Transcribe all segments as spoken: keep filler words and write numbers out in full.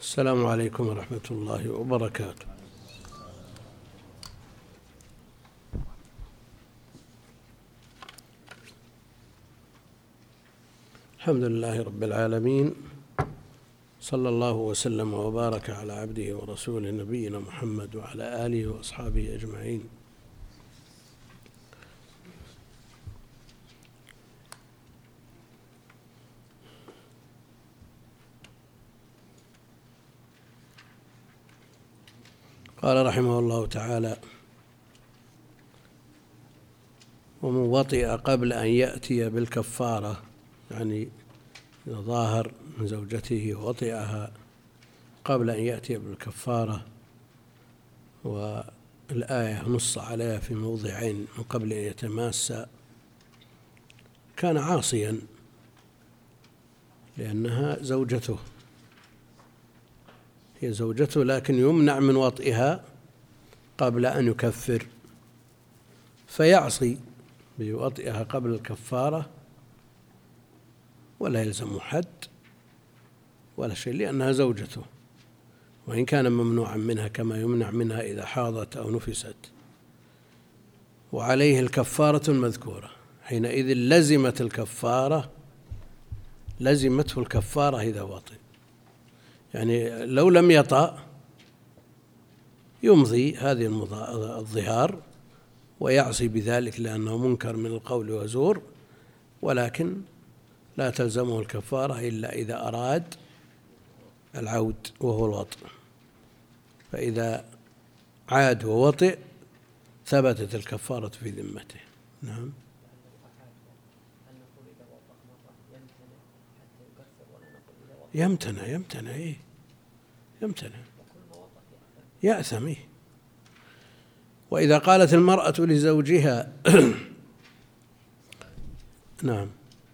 السلام عليكم ورحمة الله وبركاته. الحمد لله رب العالمين، صلى الله وسلم وبارك على عبده ورسوله نبينا محمد وعلى آله وأصحابه أجمعين. قال رحمه الله تعالى: ومن وطئ قبل أن يأتي بالكفارة، يعني إذا ظاهر من زوجته وطئها قبل أن يأتي بالكفارة، والآية نص عليها في موضعين من قبل أن يتماسا، كان عاصيا لأنها زوجته، هي زوجته، لكن يمنع من وطئها قبل أن يكفر، فيعصي بوطئها قبل الكفارة ولا يلزم حد ولا شيء، لأنها زوجته، وإن كان ممنوعا منها كما يمنع منها إذا حاضت أو نفست. وعليه الكفارة المذكورة، حينئذ لزمت الكفارة لزمته الكفارة إذا وطئ، يعني لو لم يطأ يمضي هذه الظهار ويعصي بذلك لأنه منكر من القول وزور، ولكن لا تلزمه الكفارة إلا إذا أراد العود وهو الوطء، فإذا عاد ووطئ ثبتت الكفارة في ذمته. نعم. يمتنع يمتنع إيه يمتنع يأثم إيه. وإذا قالت المرأة لزوجها نعم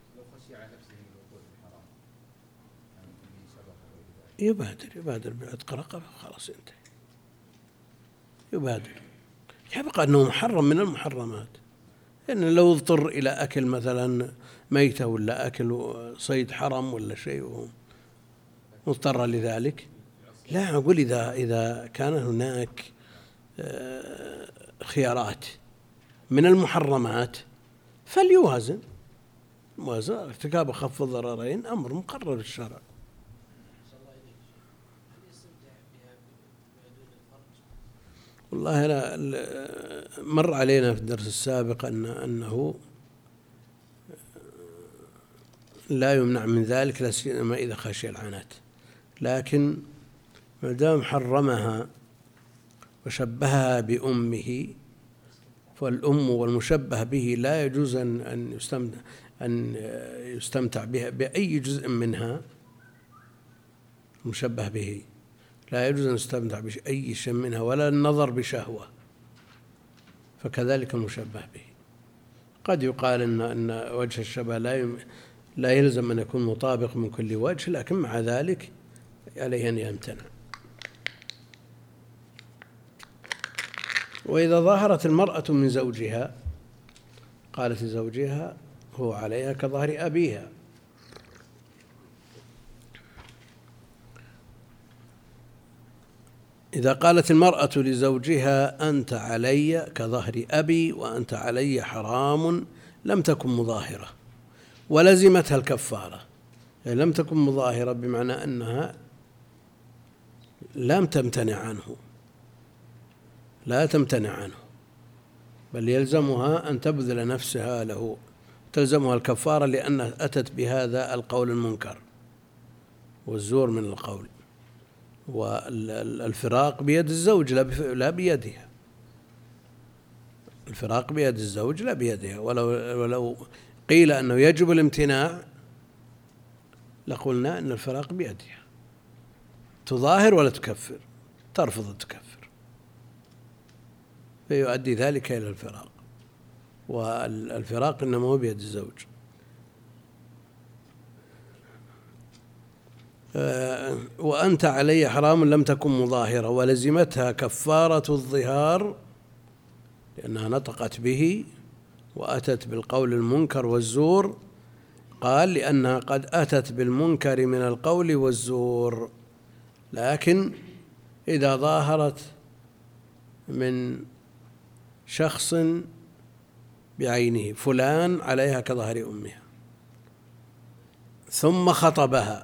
يبادر يبادر بعتق رقبة، خلاص انتهى، يبادر، يبقى أنه محرم من المحرمات، إن لو اضطر إلى أكل مثلا ميتة ولا أكل صيد حرم ولا شيء مضطر لذلك، لا أقول إذا إذا كان هناك خيارات من المحرمات فليوازن، موازن ارتكاب أخف الضررين أمر مقرر بالشرع. والله أنا مر علينا في الدرس السابق أن أنه لا يمنع من ذلك، لا سيما إذا خشي العنات، لكن ما دام حرمها وشبهها بأمه، فالأم والمشبه به لا يجوز أن يستمتع أن يستمتع بها بأي جزء منها، المشبه به لا يجوز أن يستمتع بأي شيء منها ولا النظر بشهوة، فكذلك المشبه به. قد يقال إن أن وجه الشبه لا لا يلزم أن يكون مطابق من كل وجه، لكن مع ذلك عليه أن يمتنع. وإذا ظهرت المرأة من زوجها قالت لزوجها هو عليها كظهر أبيها، إذا قالت المرأة لزوجها أنت علي كظهر أبي وأنت علي حرام لم تكن مظاهرة ولزمتها الكفارة، يعني لم تكن مظاهرة بمعنى أنها لم تمتنع عنه، لا تمتنع عنه، بل يلزمها أن تبذل نفسها له، تلزمها الكفارة لأنها أتت بهذا القول المنكر والزور من القول، والفراق بيد الزوج لا بيدها، الفراق بيد الزوج لا بيدها، ولو ولو قيل أنه يجب الامتناع لقلنا أن الفراق بيدها، تظاهر ولا تكفر، ترفض التكفر، فيؤدي ذلك إلى الفراق، والفراق إنما هو بيد الزوج. وأنت علي حرام لم تكن مظاهرة، ولزمتها كفارة الظهار لأنها نطقت به وأتت بالقول المنكر والزور، قال لأنها قد أتت بالمنكر من القول والزور، لكن إذا ظاهرت من شخص بعينه فلان عليها كظهر أمها ثم خطبها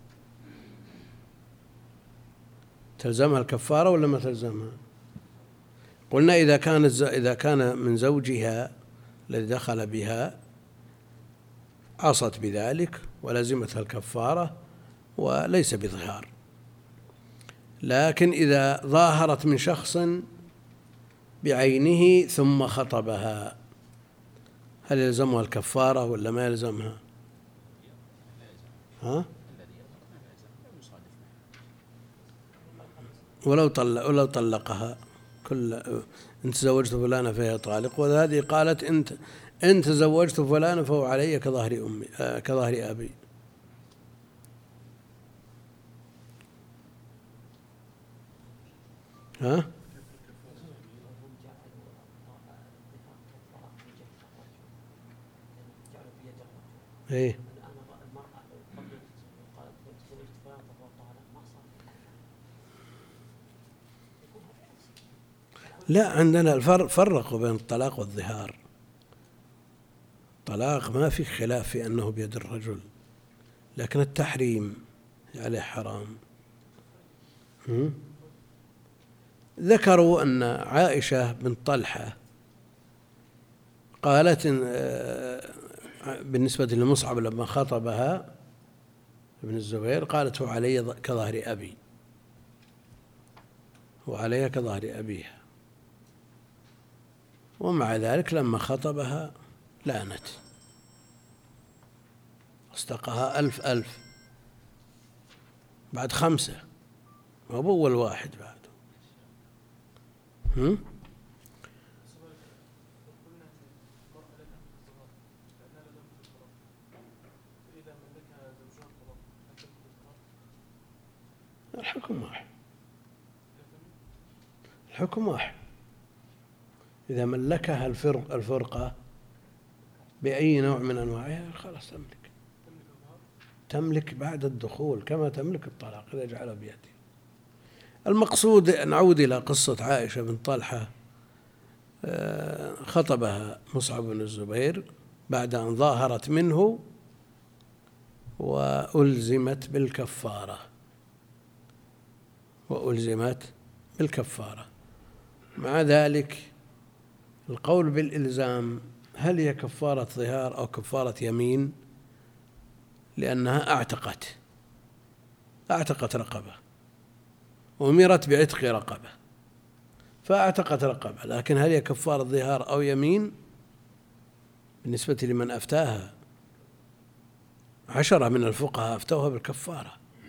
تلزمها الكفارة ولا ما تلزمها؟ قلنا إذا كان إذا كان من زوجها الذي دخل بها عصت بذلك ولزمتها الكفارة وليس بظهار. لكن إذا ظاهرت من شخص بعينه ثم خطبها هل يلزمها الكفارة ولا ما يلزمها؟ ها؟ ولو طلق ولو طلقها كل انت تزوجت فلانة فهي طالق، وهذه قالت انت انت تزوجت فلانة فهو علي كظهر امي آه كظهر ابي. ها؟ ايه لا، عندنا الفرق فرقوا بين الطلاق والظهار. الطلاق ما في خلاف في أنه بيد الرجل، لكن التحريم عليه حرام. ذكروا أن عائشة بنت طلحة قالت بالنسبة لمصعب لما خطبها ابن الزبير قالت هو علي كظهر أبي، وعليها كظهر أبيها، ومع ذلك لما خطبها لعنت اصدقها ألف ألف بعد خمسة، ما هو أول واحد بعده. هم؟ الحكم واحد، الحكم واحد. إذا ملكها الفرق الفرقة بأي نوع من أنواعها خلاص تملك تملك بعد الدخول كما تملك الطلاق إذا جعله بيده. المقصود نعود إلى قصة عائشة بن طلحة، خطبها مصعب بن الزبير بعد أن ظاهرت منه وألزمت بالكفارة وألزمت بالكفارة. مع ذلك القول بالإلزام هل هي كفارة ظهار أو كفارة يمين؟ لأنها أعتقت أعتقت رقبة وأمرت بعتق رقبة فأعتقت رقبة، لكن هل هي كفارة ظهار أو يمين؟ بالنسبة لمن أفتاها عشرة من الفقهاء أفتوها بالكفارة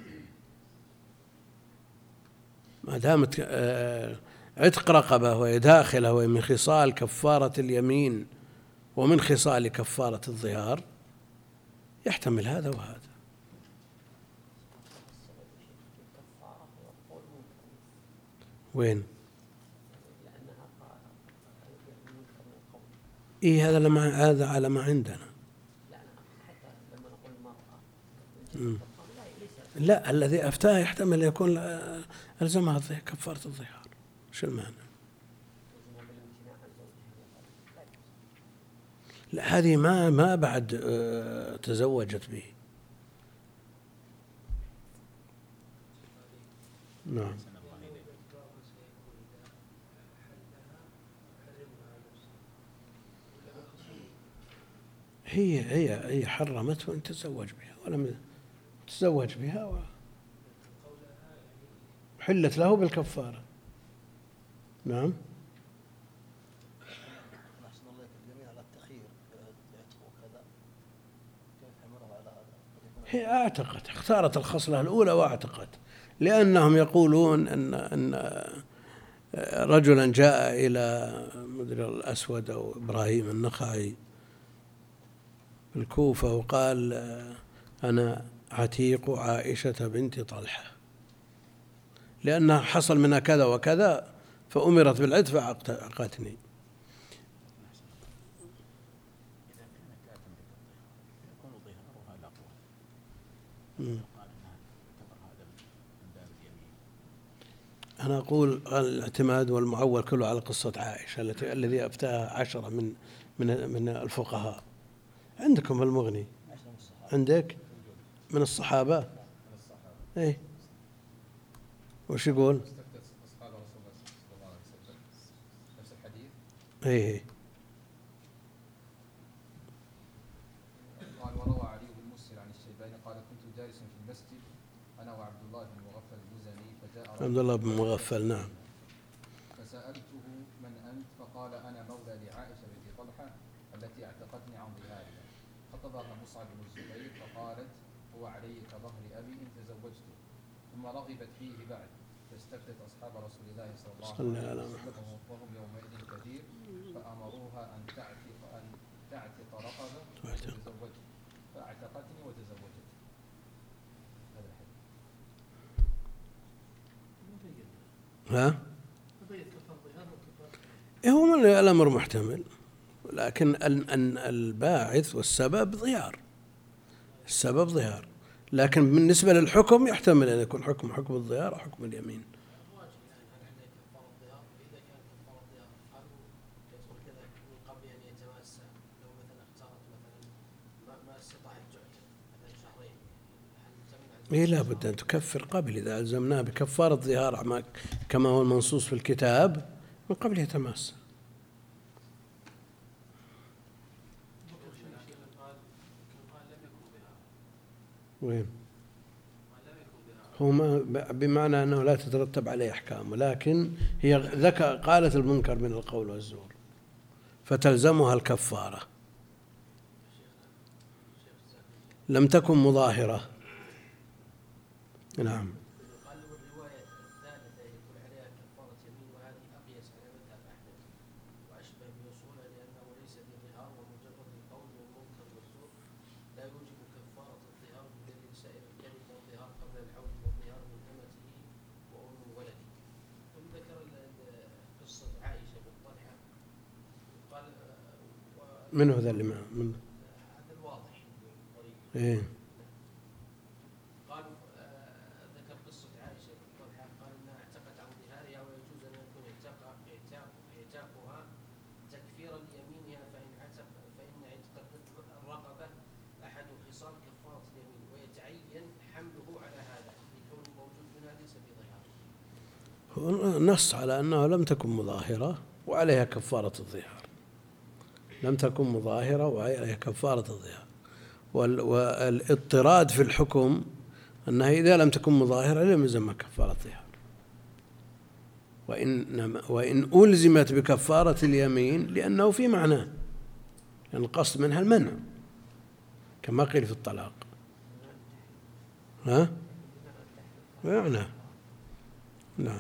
ما دامت عتق رقبة وهي داخلة وهي من خصال كفارة اليمين ومن خصال كفارة الظهار، يحتمل هذا وهذا. وين؟ إيه هذا لما هذا على ما عندنا. لا، الذي أفتاه يحتمل يكون ألزمها كفارة الظهار. شو المعنى؟ لا، هذه ما ما بعد تزوجت به. نعم. هي هي هي حرمته أن تتزوج بها ولم تتزوج بها وحلت له بالكفارة. نعم. هي اعتقت اختارت الخصلة الأولى واعتقت، لأنهم يقولون أن أن رجلا جاء إلى مدري الأسود أو إبراهيم النخعي في الكوفة وقال أنا عتيق عائشة بنت طلحة لأنها حصل منها كذا وكذا فأمرت بالعتق فعقتني. أنا أقول الاعتماد والمعول كله على قصة عائشة التي الذي أفتاها عشرة من من من الفقهاء. عندكم المغني؟ عندك من الصحابة؟ إيه وش يقول؟ إيه قال وروى علي بن مسهر عن الشيباني قال كنت جالسا في المسجد انا وعبد الله بن مغفل المزني فجاء عبد الله بن مغفل نعم. فسألته من أنت فقال أنا مولى لعائشة بنت طلحة التي اعتقتني عن ظهارها. خطبها مصعب بن الزبير فقالت هو علي كظهر أبي إن تزوجته. ثم رغبت فيه بعد فاستفتت أصحاب رسول الله صلى الله عليه وسلم وهم يومئذ كثير فأمروها أن تعتق أن تعتق رقبة وتتزوج فاعتقتني وتزوجت. هذا الحديث. ها؟ هو من الأمر محتمل، لكن أن الباعث والسبب ظهار، السبب ظهار، لكن بالنسبة للحكم يحتمل أن يكون حكم حكم الظهار أو حكم اليمين. إيه لا بد أن تكفر قبل، إذا ألزمناه بكفارة ظهار كما هو المنصوص في الكتاب من قبل يتماس. وين؟ هو ما بمعنى أنه لا تترتب عليه أحكام، ولكن هي ذكر قالت المنكر من القول والزور فتلزمها الكفارة. لم تكن مظاهرة. نعم. من هذا اللي ما من هذا الواضح إيه قال ذكر قصة عائشة قال إنها اعتقت عن ظهارها ويجوز أن يكون اعتاق اعتاقها تكفيرا ليمينها فإن عتق فإن عتق الرقبة أحد خصال كفارة اليمين ويتعين حمله على هذا لكونه موجود منها ليس بظهار. نص على أنها لم تكن مظاهرة وعليها كفارة الظهار، لم تكن مظاهرة وعليها كفارة الظهار. والاضطراد في الحكم أنها إذا لم تكن مظاهرة لم يلزمها كفارة الظهار، وإن وإن ألزمت بكفارة اليمين لأنه في معناه، لأن القصد منها المنع كما قيل في الطلاق. ها؟ معنى نعم.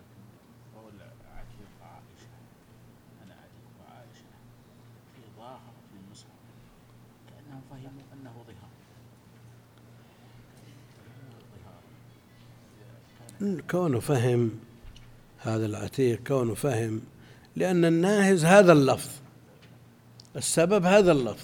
كونه فهم هذا العتيق، كونه فهم لأن الناهز هذا اللفظ، السبب هذا اللفظ،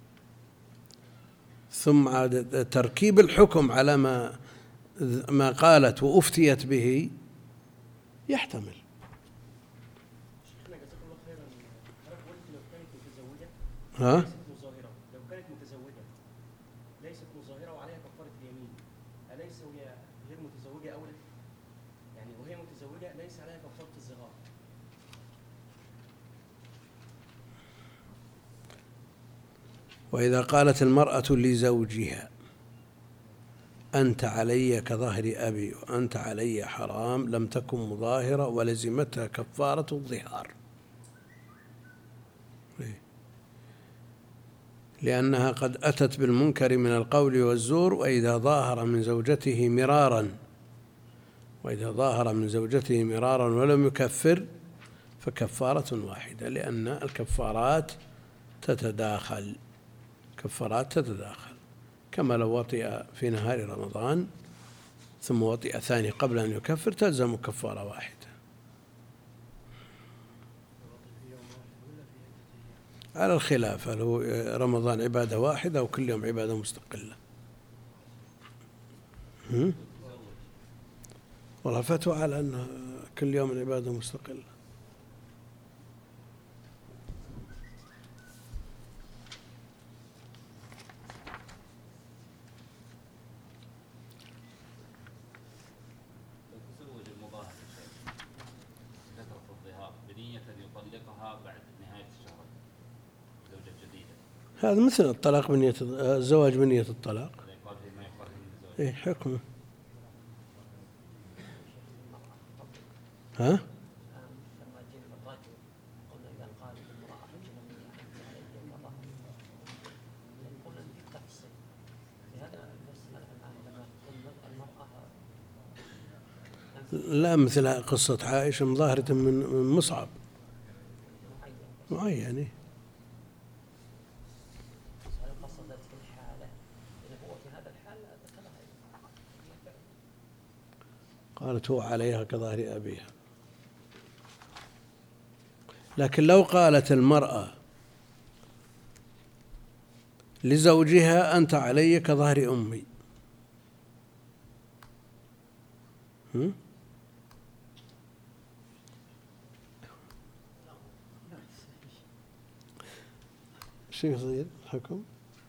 ثم عاد تركيب الحكم على ما ما قالت وأفتيت به يحتمل. ها؟ لو كانت متزوجة ليست مظاهرة وعليها كفارة اليمين، أليس وهي غير متزوجة أولى؟ يعني وهي متزوجة ليس عليها كفارة الظهار. وإذا قالت المرأة لزوجها أنت علي كظهر أبي وأنت علي حرام لم تكن مظاهرة ولزمتها كفارة الظهار، لأنها قد أتت بالمنكر من القول والزور. وإذا ظاهر من زوجته مرارا وإذا ظاهر من زوجته مرارا ولم يكفر فكفارة واحدة، لأن الكفارات تتداخل، كفارات تتداخل، كما لو وطئ في نهار رمضان ثم وطئ ثاني قبل أن يكفر تلزم كفارة واحدة. على الخلاف هل هو رمضان عبادة واحدة أو كل يوم عبادة مستقلة. والله فتوى على أنه كل يوم عبادة مستقلة. تزوج المضاهر ذكر في الظهار بنية أن يطلقها بعد نهاية الشهر زوجة جديدة. هذا مثل الطلاق بنية الزواج بنية الطلاق. ما يخرج من الزواج. إيه حكمه. ها؟ لا مثل قصة عائشة مظاهرة من مصعب معين. قالت هو عليها كظهر أبيها. لكن لو قالت المرأة لزوجها أنت علي كظهر أمي، هم؟ شو يصير الحكم؟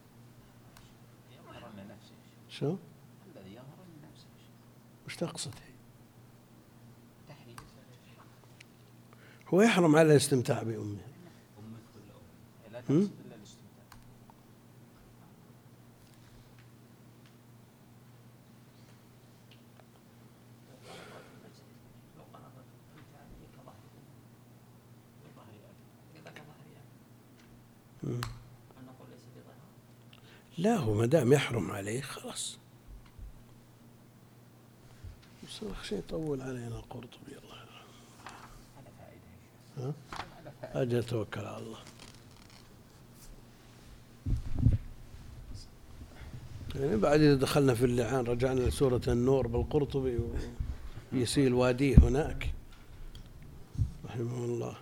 شو؟ الذي يظهر من نفسه. وش تقصد؟ هو يحرم على الاستمتاع بأمه. لا تقصد إلا الاستمتاع. لا هو ما دام يحرم عليه خلاص. بس أخشى يطول علينا القرطبي الله يرحمه. ها؟ أجل توكل على الله. يعني بعد إذا دخلنا في اللعان رجعنا لسورة النور بالقرطبي ويسيل واديه هناك رحمه الله.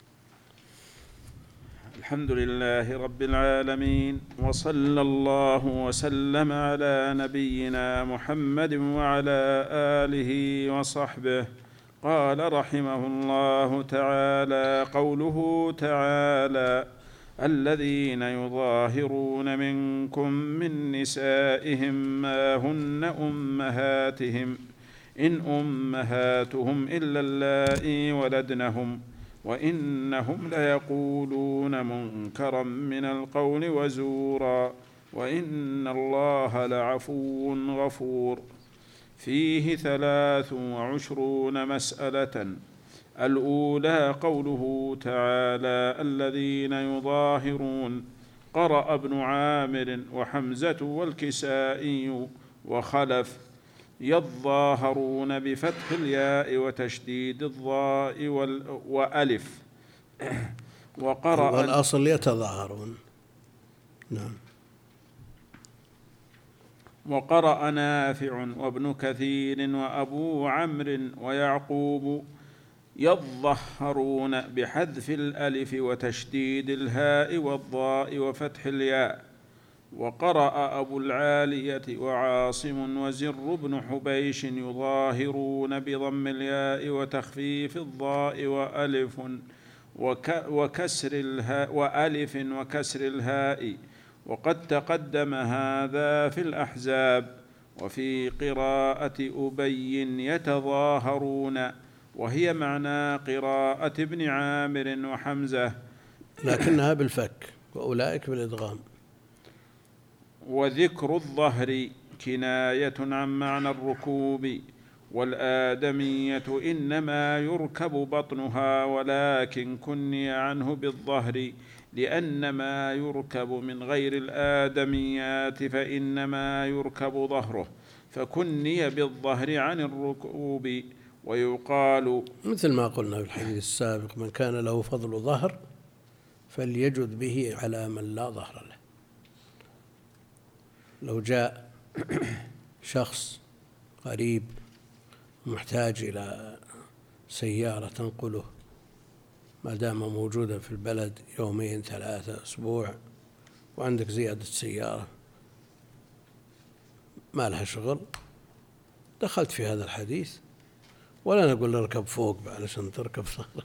الحمد لله رب العالمين، وصلى الله وسلم على نبينا محمد وعلى آله وصحبه. قال رحمه الله تعالى: قوله تعالى: الذين يظاهرون منكم من نسائهم ما هن أمهاتهم إن أمهاتهم إلا اللائي ولدنهم وإنهم ليقولون منكرا من القول وزورا وإن الله لعفو غفور. فيه ثلاث وعشرون مسألة. الأولى قوله تعالى: الذين يظاهرون. قرأ ابن عامر وحمزة والكسائي وخلف: يظاهرون بفتح الياء وتشديد الضاء وألف. وقرأ والأصل يتظاهرون. نعم. وقرأ نافع وابن كثير وأبو عمرو ويعقوب: يظهرون بحذف الألف وتشديد الهاء والضاء وفتح الياء. وقرأ أبو العالية وعاصم وزر بن حبيش: يظاهرون بضم الياء وتخفيف الضاء وألف وكسر الهاء وألف وكسر الهاء. وقد تقدم هذا في الأحزاب. وفي قراءة أبي: يتظاهرون، وهي معنى قراءة ابن عامر وحمزة، لكنها بالفك، وأولئك بالإدغام. وذكر الظهر كناية عن معنى الركوب. والآدمية إنما يركب بطنها، ولكن كني عنه بالظهر لأن ما يركب من غير الآدميات فإنما يركب ظهره، فكني بالظهر عن الركوب. ويقال مثل ما قلنا في الحديث السابق: من كان له فضل ظهر فليجد به على من لا ظهر له. لو جاء شخص غريب محتاج إلى سيارة تنقله ما دام موجودا في البلد يومين ثلاثة أسبوع، وعندك زيادة سيارة ما لها شغل، دخلت في هذا الحديث ولا نقول اركب فوق علشان تركب صخرة.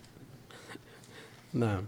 نعم.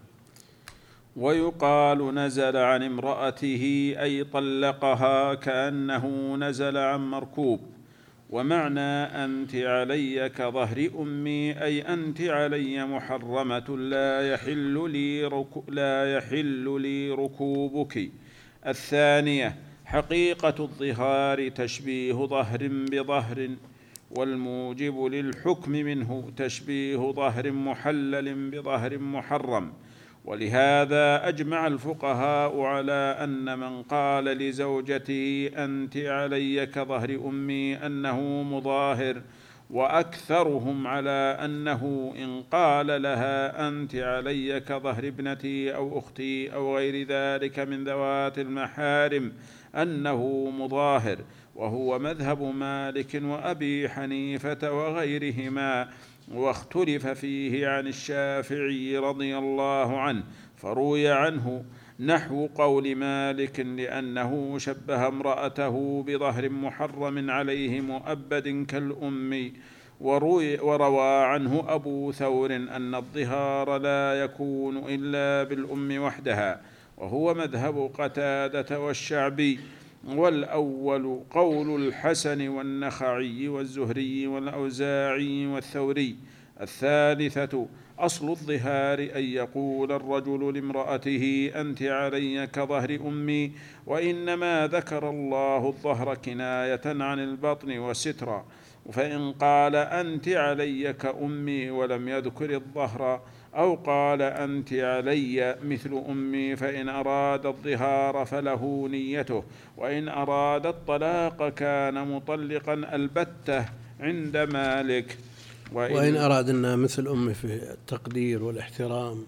ويقال نزل عن امرأته أي طلقها كأنه نزل عن مركوب. ومعنى أنت علي كظهر أمي أي أنت علي محرمة لا يحل لي ركو لا يحل لي ركوبك. الثانية حقيقة الظهار تشبيه ظهر بظهر، والموجب للحكم منه تشبيه ظهر محلل بظهر محرم. ولهذا أجمع الفقهاء على أن من قال لزوجته أنت علي كظهر أمي أنه مظاهر، وأكثرهم على أنه إن قال لها أنت علي كظهر ابنتي أو أختي أو غير ذلك من ذوات المحارم أنه مظاهر، وهو مذهب مالك وأبي حنيفة وغيرهما، واختلف فيه عن الشافعي رضي الله عنه، فروي عنه نحو قول مالك لأنه شبه امرأته بظهر محرم عليه مؤبد كالأم. وروي وروى عنه أبو ثور أن الظهار لا يكون إلا بالأم وحدها، وهو مذهب قتادة والشعبي. والأول قول الحسن والنخعي والزهري والأوزاعي والثوري. الثالثة أصل الظهار أن يقول الرجل لامرأته أنت علي كظهر أمي، وإنما ذكر الله الظهر كناية عن البطن وسترا، فإن قال أنت علي كأمي ولم يذكر الظهر، أو قال أنت علي مثل أمي، فإن أراد الظهار فله نيته، وإن أراد الطلاق كان مطلقا البتة عند مالك. وإن, وإن أراد أنها مثل أمي في التقدير والاحترام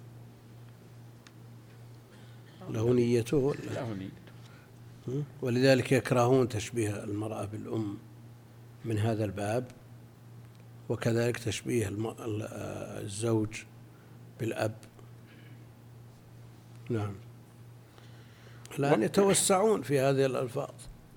له نيته. له نيته. ولذلك يكرهون تشبيه المرأة بالأم من هذا الباب، وكذلك تشبيه الزوج بالأب. نعم. الآن يتوسعون في هذه الألفاظ،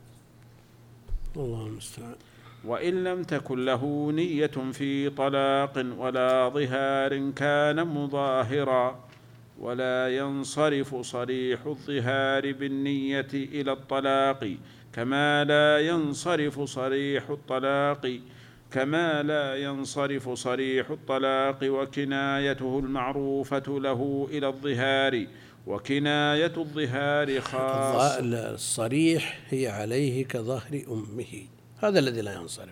الله المستعان. وإن لم تكن له نية في طلاق ولا ظهار كان مظاهرا، ولا ينصرف صريح الظهار بالنية إلى الطلاق، كما لا ينصرف صريح الطلاق كما لا ينصرف صريح الطلاق وكنايته المعروفة له إلى الظهار، وكناية الظهار خاص. الصريح هي عليه كظهر أمه، هذا الذي لا ينصرف.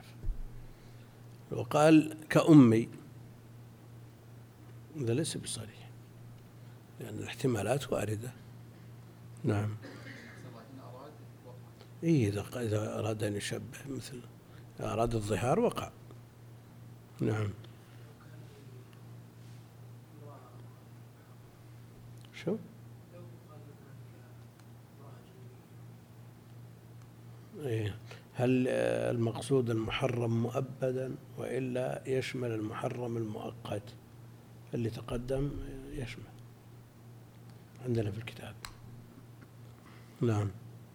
وقال كأمي، هذا ليس بصريح لأن الاحتمالات واردة. نعم. إيه إذا أراد أن يشبه مثل أراد الظهار وقع. نعم. شو؟ إيه. هل المقصود المحرم مؤبدا وإلا يشمل المحرم المؤقت اللي تقدم؟ يشمل عندنا في الكتاب. نعم.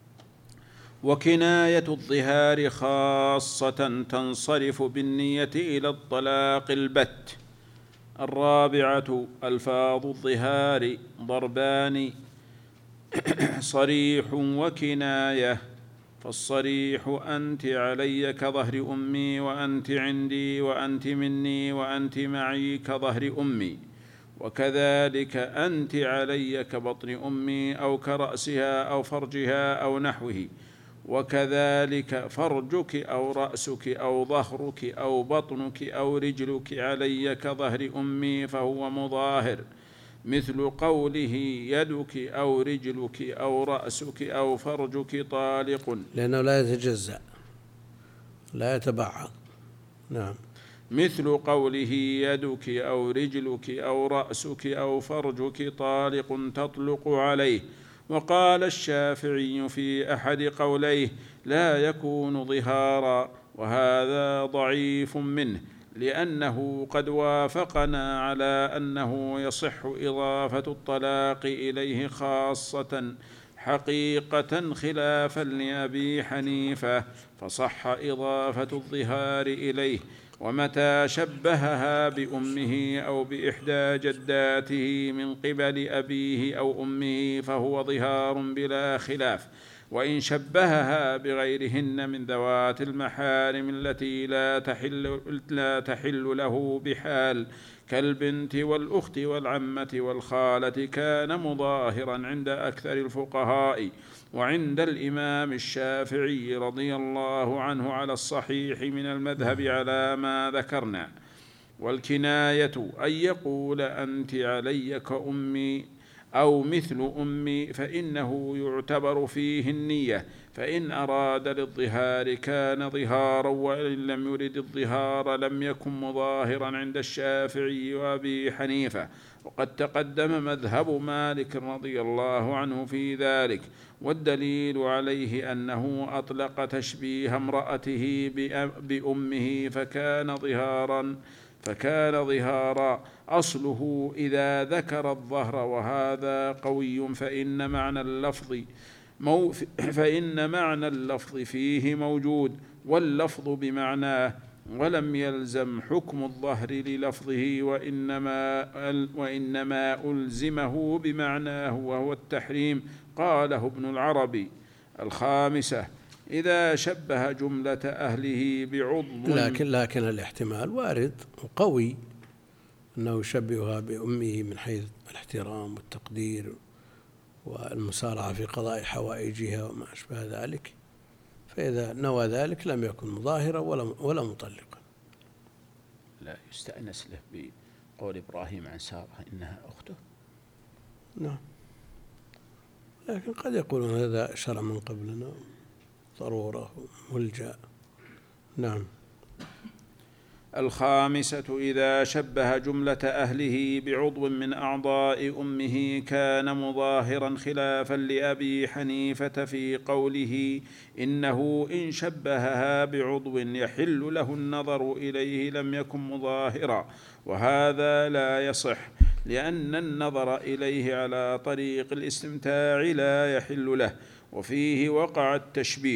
وكناية الظهار خاصة تنصرف بالنية إلى الطلاق البت. الرابعة ألفاظ الظهار ضربان، صريح وكناية. فالصريح أنت علي كظهر أمي، وأنت عندي، وأنت مني، وأنت معي كظهر أمي. وكذلك أنت علي كبطن أمي أو كرأسها أو فرجها أو نحوه. وكذلك فرجك أو رأسك أو ظهرك أو بطنك أو رجلك علي كظهر أمي فهو مظاهر، مثل قوله يدك أو رجلك أو رأسك أو فرجك طالق، لأنه لا يتجزأ لا يتبعض. نعم. مثل قوله يدك أو رجلك أو رأسك أو فرجك طالق تطلق عليه. وقال الشافعي في أحد قوليه لا يكون ظهارا، وهذا ضعيف منه، لأنه قد وافقنا على أنه يصح إضافة الطلاق إليه خاصة حقيقة خلافا لأبي حنيفة، فصح إضافة الظهار إليه. ومتى شبهها بأمه أو بإحدى جداته من قبل أبيه أو أمه فهو ظهار بلا خلاف. وإن شبهها بغيرهن من ذوات المحارم التي لا تحل, لا تحل له بحال كالبنت والأخت والعمة والخالة كان مظاهرا عند أكثر الفقهاء وعند الإمام الشافعي رضي الله عنه على الصحيح من المذهب على ما ذكرنا. والكناية أن يقول أنت علي كأمي أو مثل أمي فإنه يعتبر فيه النية، فإن أراد للظهار كان ظهارا، وإن لم يرد الظهار لم يكن مظاهرا عند الشافعي وأبي حنيفة. وقد تقدم مذهب مالك رضي الله عنه في ذلك، والدليل عليه أنه أطلق تشبيه امرأته بأمه فكان ظهارا فكان ظهارا أصله إذا ذكر الظهر، وهذا قوي، فإن معنى اللفظ مو فإن معنى اللفظ فيه موجود واللفظ بمعناه، ولم يلزم حكم الظهر للفظه، وإنما, وإنما ألزمه بمعناه وهو التحريم. قاله ابن العربي. الخامسة إذا شبه جملة أهله بعضو، لكن لكن الاحتمال وارد وقوي أنه يشبهها بأمه من حيث الاحترام والتقدير والمسارعة في قضاء حوائجها وما أشبه ذلك، فإذا نوى ذلك لم يكن مظاهرا ولا ولا مطلقا. لا يستأنس له بقول إبراهيم عن سارة إنها أخته. نعم، لكن قد يقولون هذا شرع من قبلنا ضرورة ملجأ. نعم. الخامسة إذا شبه جملة أهله بعضو من أعضاء أمه كان مظاهرا خلافا لأبي حنيفة في قوله إنه إن شبهها بعضو يحل له النظر إليه لم يكن مظاهرا، وهذا لا يصح، لأن النظر إليه على طريق الاستمتاع لا يحل له، وفيه وقع التشبيه،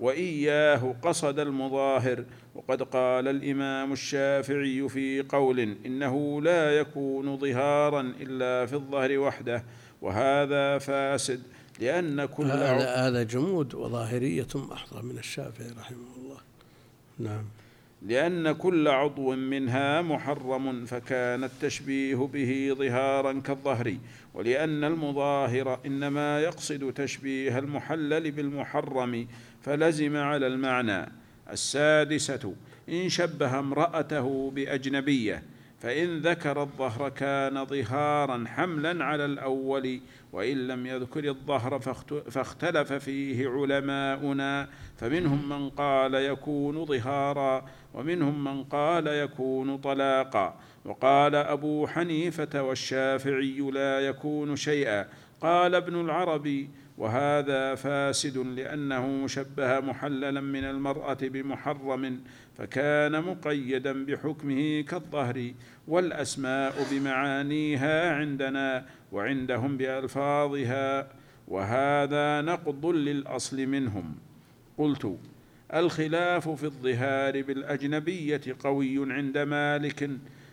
وإياه قصد المظاهر. وقد قال الإمام الشافعي في قول إنه لا يكون ظهارا إلا في الظهر وحده، وهذا فاسد، لأن كل هذا هذا جمود وظاهرية محضة من الشافعي رحمه الله. نعم. لأن كل عضو منها محرم، فكان التشبيه به ظهارا كالظهر، ولأن المظاهر إنما يقصد تشبيه المحلل بالمحرم، فلزم على المعنى. السادسة إن شبه امرأته بأجنبية، فإن ذكر الظهر كان ظهارا حملا على الأول، وإن لم يذكر الظهر فاختلف فيه علماؤنا، فمنهم من قال يكون ظهارا، ومنهم من قال يكون طلاقا. وقال أبو حنيفة والشافعي لا يكون شيئا. قال ابن العربي وهذا فاسد، لأنه شبه محللا من المرأة بمحرم، فكان مقيدا بحكمه كالظهر، والأسماء بمعانيها عندنا وعندهم بألفاظها، وهذا نقض للأصل منهم. قلت الخلاف في الظهار بالأجنبية قوي عند مالك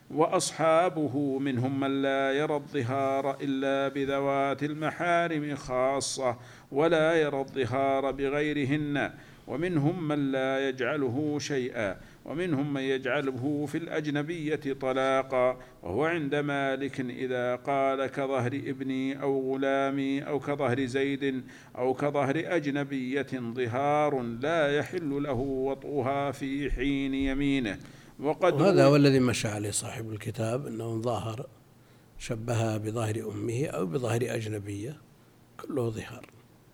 وأصحابه، منهم من لا يرى الظهار إلا بذوات المحارم خاصة ولا يرى الظهار بغيرهن، ومنهم من لا يجعله شيئا، ومنهم من يجعله في الأجنبية طلاقا. وهو عند مالك إذا قال كظهر ابني أو غلامي أو كظهر زيد أو كظهر أجنبية ظهار لا يحل له وطئها في حين يمينه. وهذا هو الذي مشى عليه صاحب الكتاب، أنه ظاهر شبهها بظاهر أمه أو بظاهر أجنبية كله ظهار.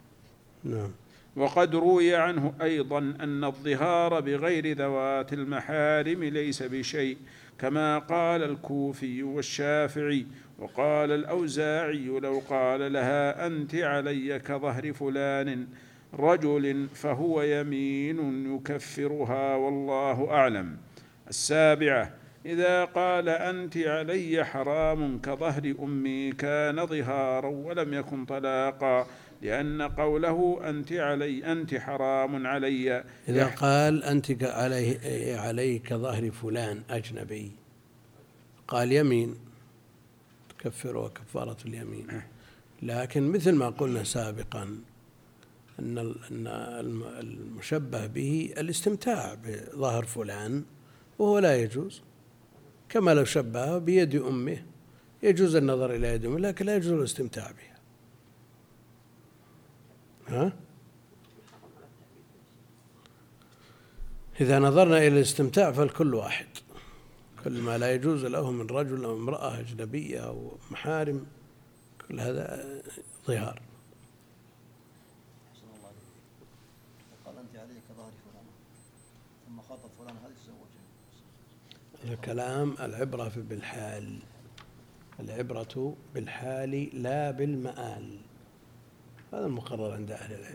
نعم. وقد روي عنه أيضا أن الظهار بغير ذوات المحارم ليس بشيء، كما قال الكوفي والشافعي. وقال الأوزاعي لو قال لها أنت علي كظهر فلان رجل فهو يمين يكفرها، والله أعلم. السابعة إذا قال أنت علي حرام كظهر أمي كان ظهارا ولم يكن طلاقا، لأن قوله أنت علي أنت حرام علي إذا قال أنت عليه عليك كظهر فلان أجنبي قال يمين تكفره كفارة اليمين، لكن مثل ما قلنا سابقا أن المشبه به الاستمتاع بظهر فلان وهو لا يجوز، كما لو شبهه بيد أمه يجوز النظر إلى يد أمه لكن لا يجوز الاستمتاع بها. ها؟ إذا نظرنا إلى الاستمتاع فالكل واحد، كل ما لا يجوز له من رجل أو امرأة أجنبية أو محارم كل هذا ظهار. قال أنت عليك ظهر فلان ثم خاطب فلان هل تزوجها؟ الكلام العبرة بالحال، العبرة بالحال لا بالمآل، هذا المقرر عند أهل العلم.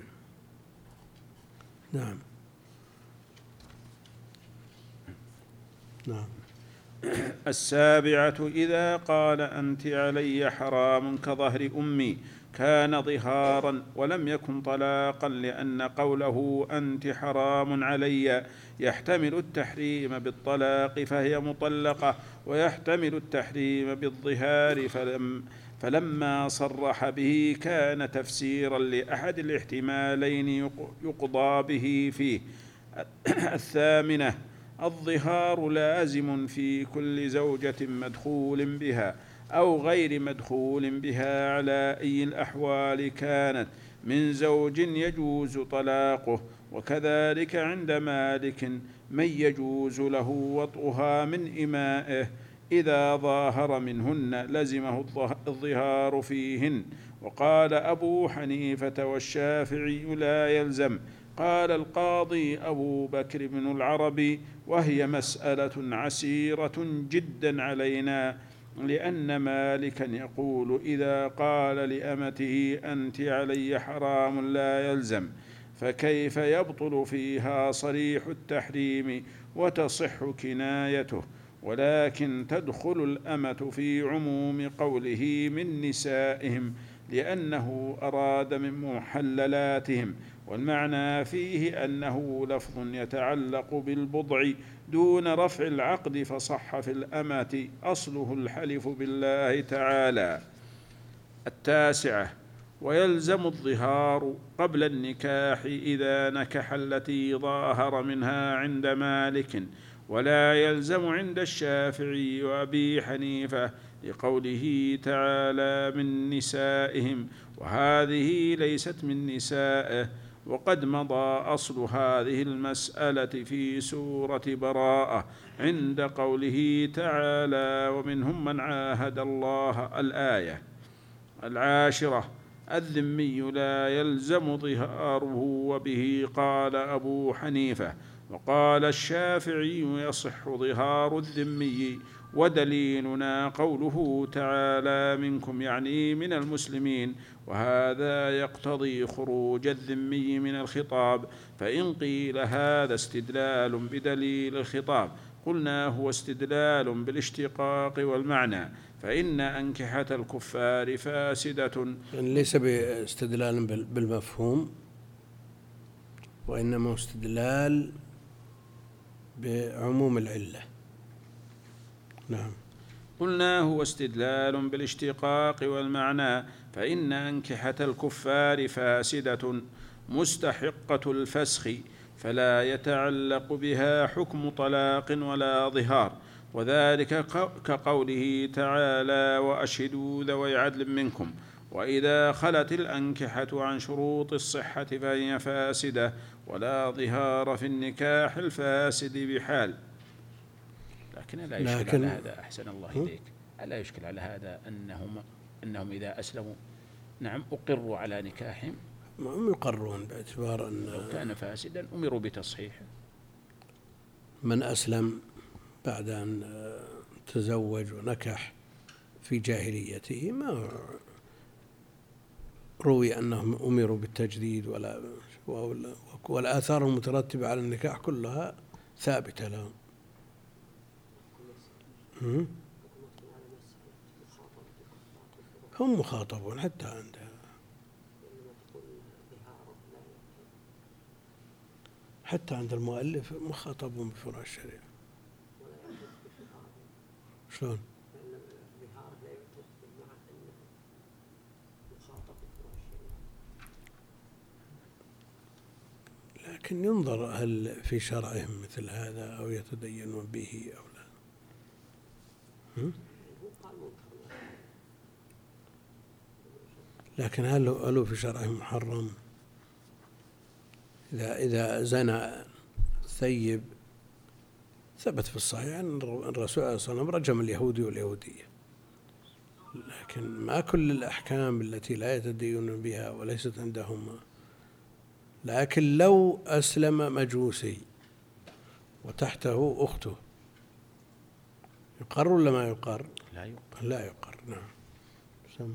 نعم نعم. السابعة إذا قال أنت علي حرام كظهر أمي كان ظهارا ولم يكن طلاقا، لأن قوله أنت حرام علي يحتمل التحريم بالطلاق فهي مطلقة، ويحتمل التحريم بالظهار، فلم فلما صرح به كان تفسيرا لأحد الاحتمالين يقضى به فيه. الثامنة الظهار لازم في كل زوجة مدخول بها أو غير مدخول بها على أي الأحوال كانت، من زوج يجوز طلاقه، وكذلك عند مالك من يجوز له وطئها من إمائه إذا ظاهر منهن لزمه الظهار فيهن. وقال أبو حنيفة والشافعي لا يلزم. قال القاضي أبو بكر بن العربي وهي مسألة عسيرة جدا علينا، لأن مالكا يقول إذا قال لأمته أنت علي حرام لا يلزم، فكيف يبطل فيها صريح التحريم وتصح كنايته؟ ولكن تدخل الأمة في عموم قوله من نسائهم، لأنه أراد من محللاتهم، والمعنى فيه أنه لفظ يتعلق بالبضع دون رفع العقد، فصح في الأمة أصله الحلف بالله تعالى. التاسعة ويلزم الظهار قبل النكاح إذا نكح التي ظاهر منها عند مالك، ولا يلزم عند الشافعي وأبي حنيفة لقوله تعالى من نسائهم، وهذه ليست من نسائه، وقد مضى أصل هذه المسألة في سورة براءة عند قوله تعالى ومنهم من عاهد الله الآية. العاشرة الذمي لا يلزم ظهاره، وبه قال أبو حنيفة، وقال الشافعي يصح ظهار الذمي، ودليلنا قوله تعالى منكم يعني من المسلمين، وهذا يقتضي خروج الذمي من الخطاب، فإن قيل هذا استدلال بدليل الخطاب قلنا هو استدلال بالاشتقاق والمعنى، فإن أنكحة الكفار فاسدة. يعني ليس باستدلال بالمفهوم، وإنما استدلال بعموم العلة. نعم. قلنا هو استدلال بالاشتقاق والمعنى، فإن أنكحة الكفار فاسدة مستحقة الفسخ، فلا يتعلق بها حكم طلاق ولا ظهار، وذلك كقوله تعالى وأشهدوا ذوي عدل منكم، وإذا خلت الأنكحة عن شروط الصحة فهي فاسدة، ولا ظهار في النكاح الفاسد بحال. لكن ألا يشكل لكن على هذا أحسن الله إليك، ألا يشكل على هذا أنهم أنهم إذا أسلموا نعم أقروا على نكاحهم، هم يقرون باعتبار أن لو كان فاسدا أمروا بتصحيحه. من أسلم بعد أن تزوج ونكح في جاهليته ما روي أنهم أمروا بالتجديد، ولا والآثار المترتبة على النكاح كلها ثابتة لهم. هم مخاطبون حتى عندها. حتى عند المؤلف مخاطبون بفروع الشريعة. شلون؟ لكن ينظر هل في شرعهم مثل هذا أو يتدينون به أو لا. هم؟ لكن هل هل في شرعهم محرم؟ إذا إذا زنى ثيب ثبت في الصحيح أن الرسول صلى الله عليه وسلم رجم اليهودي واليهودية، لكن ما كل الأحكام التي لا يتدينون بها وليست عندهم. لكن لو أسلم مجوسي وتحته أخته يقر ولا ما يقر؟ لا يقر. لا يقر. نعم. سم.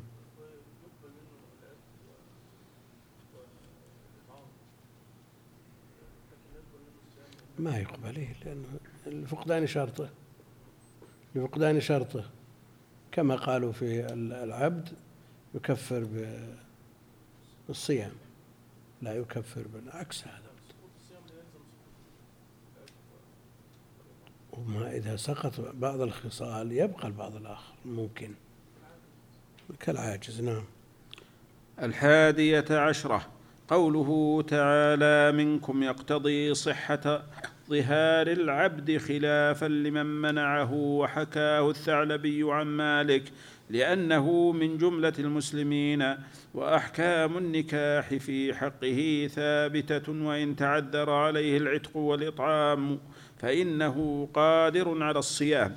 ما يقبل لأنه لفقدان شرطه لفقدان شرطه كما قالوا في العبد يكفر بالصيام لا يكفر بالعكس هذا. وما إذا سقط بعض الخصال يبقى البعض الآخر ممكن كالعاجز. نعم. الحادية عشرة قوله تعالى منكم يقتضي صحة ظهار العبد خلافا لمن منعه، وحكاه الثعلبي عن مالك لأنه من جملة المسلمين، وأحكام النكاح في حقه ثابتة وإن تعذر عليه العتق والإطعام فإنه قادر على الصيام.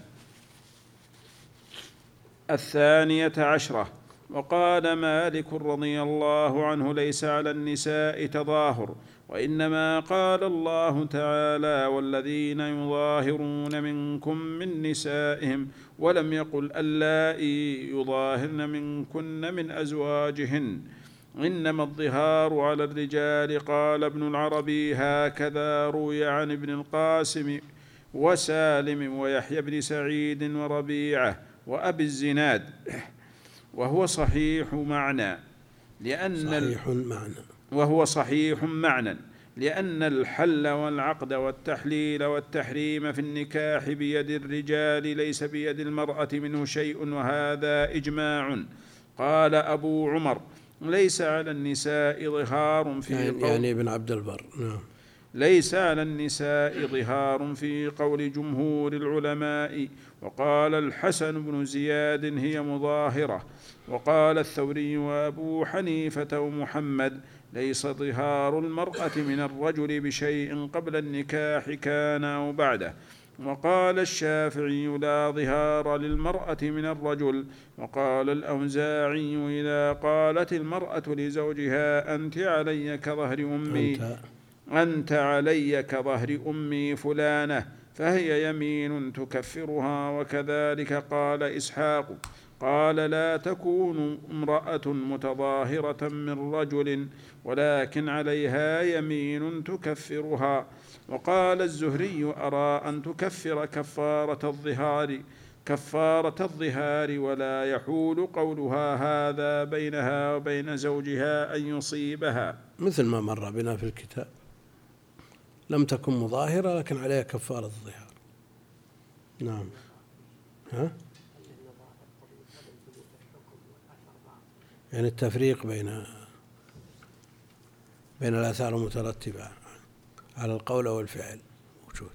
الثانية عشرة وقال مالك رضي الله عنه ليس على النساء تظاهر، وإنما قال الله تعالى والذين يظاهرون منكم من نسائهم، ولم يقل اللائي يظاهرن منكن من أزواجهن، إنما الظهار على الرجال. قال ابن العربي هكذا روي عن ابن القاسم وسالم ويحيى بن سعيد وربيعة وأبي الزناد، وهو صحيح معنى لأن صحيح معنى وهو صحيح معنى لأن الحل والعقد والتحليل والتحريم في النكاح بيد الرجال ليس بيد المرأة منه شيء، وهذا إجماع. قال أبو عمر ليس على النساء ظهار في يعني, قول يعني ابن عبد البر. نعم. ليس على النساء ظهار في قول جمهور العلماء. وقال الحسن بن زياد هي مظاهرة. وقال الثوري وأبو حنيفة ومحمد ليس ظهار المرأة من الرجل بشيء قبل النكاح كان أو بعده. وقال الشافعي لا ظهار للمرأة من الرجل. وقال الأوزاعي إذا قالت المرأة لزوجها أنت علي كظهر أمي أنت, أنت علي كظهر أمي فلانة فهي يمين تكفرها. وكذلك قال إسحاق قال لا تكون امرأة متظاهرة من رجل ولكن عليها يمين تكفرها. وقال الزهري أرى أن تكفر كفارة الظهار كفارة الظهار ولا يحول قولها هذا بينها وبين زوجها أن يصيبها، مثل ما مر بنا في الكتاب لم تكن مظاهرة لكن عليها كفارة الظهار. نعم. ها؟ يعني التفريق بين بين الآثار المترتبة على القول والفعل موجود.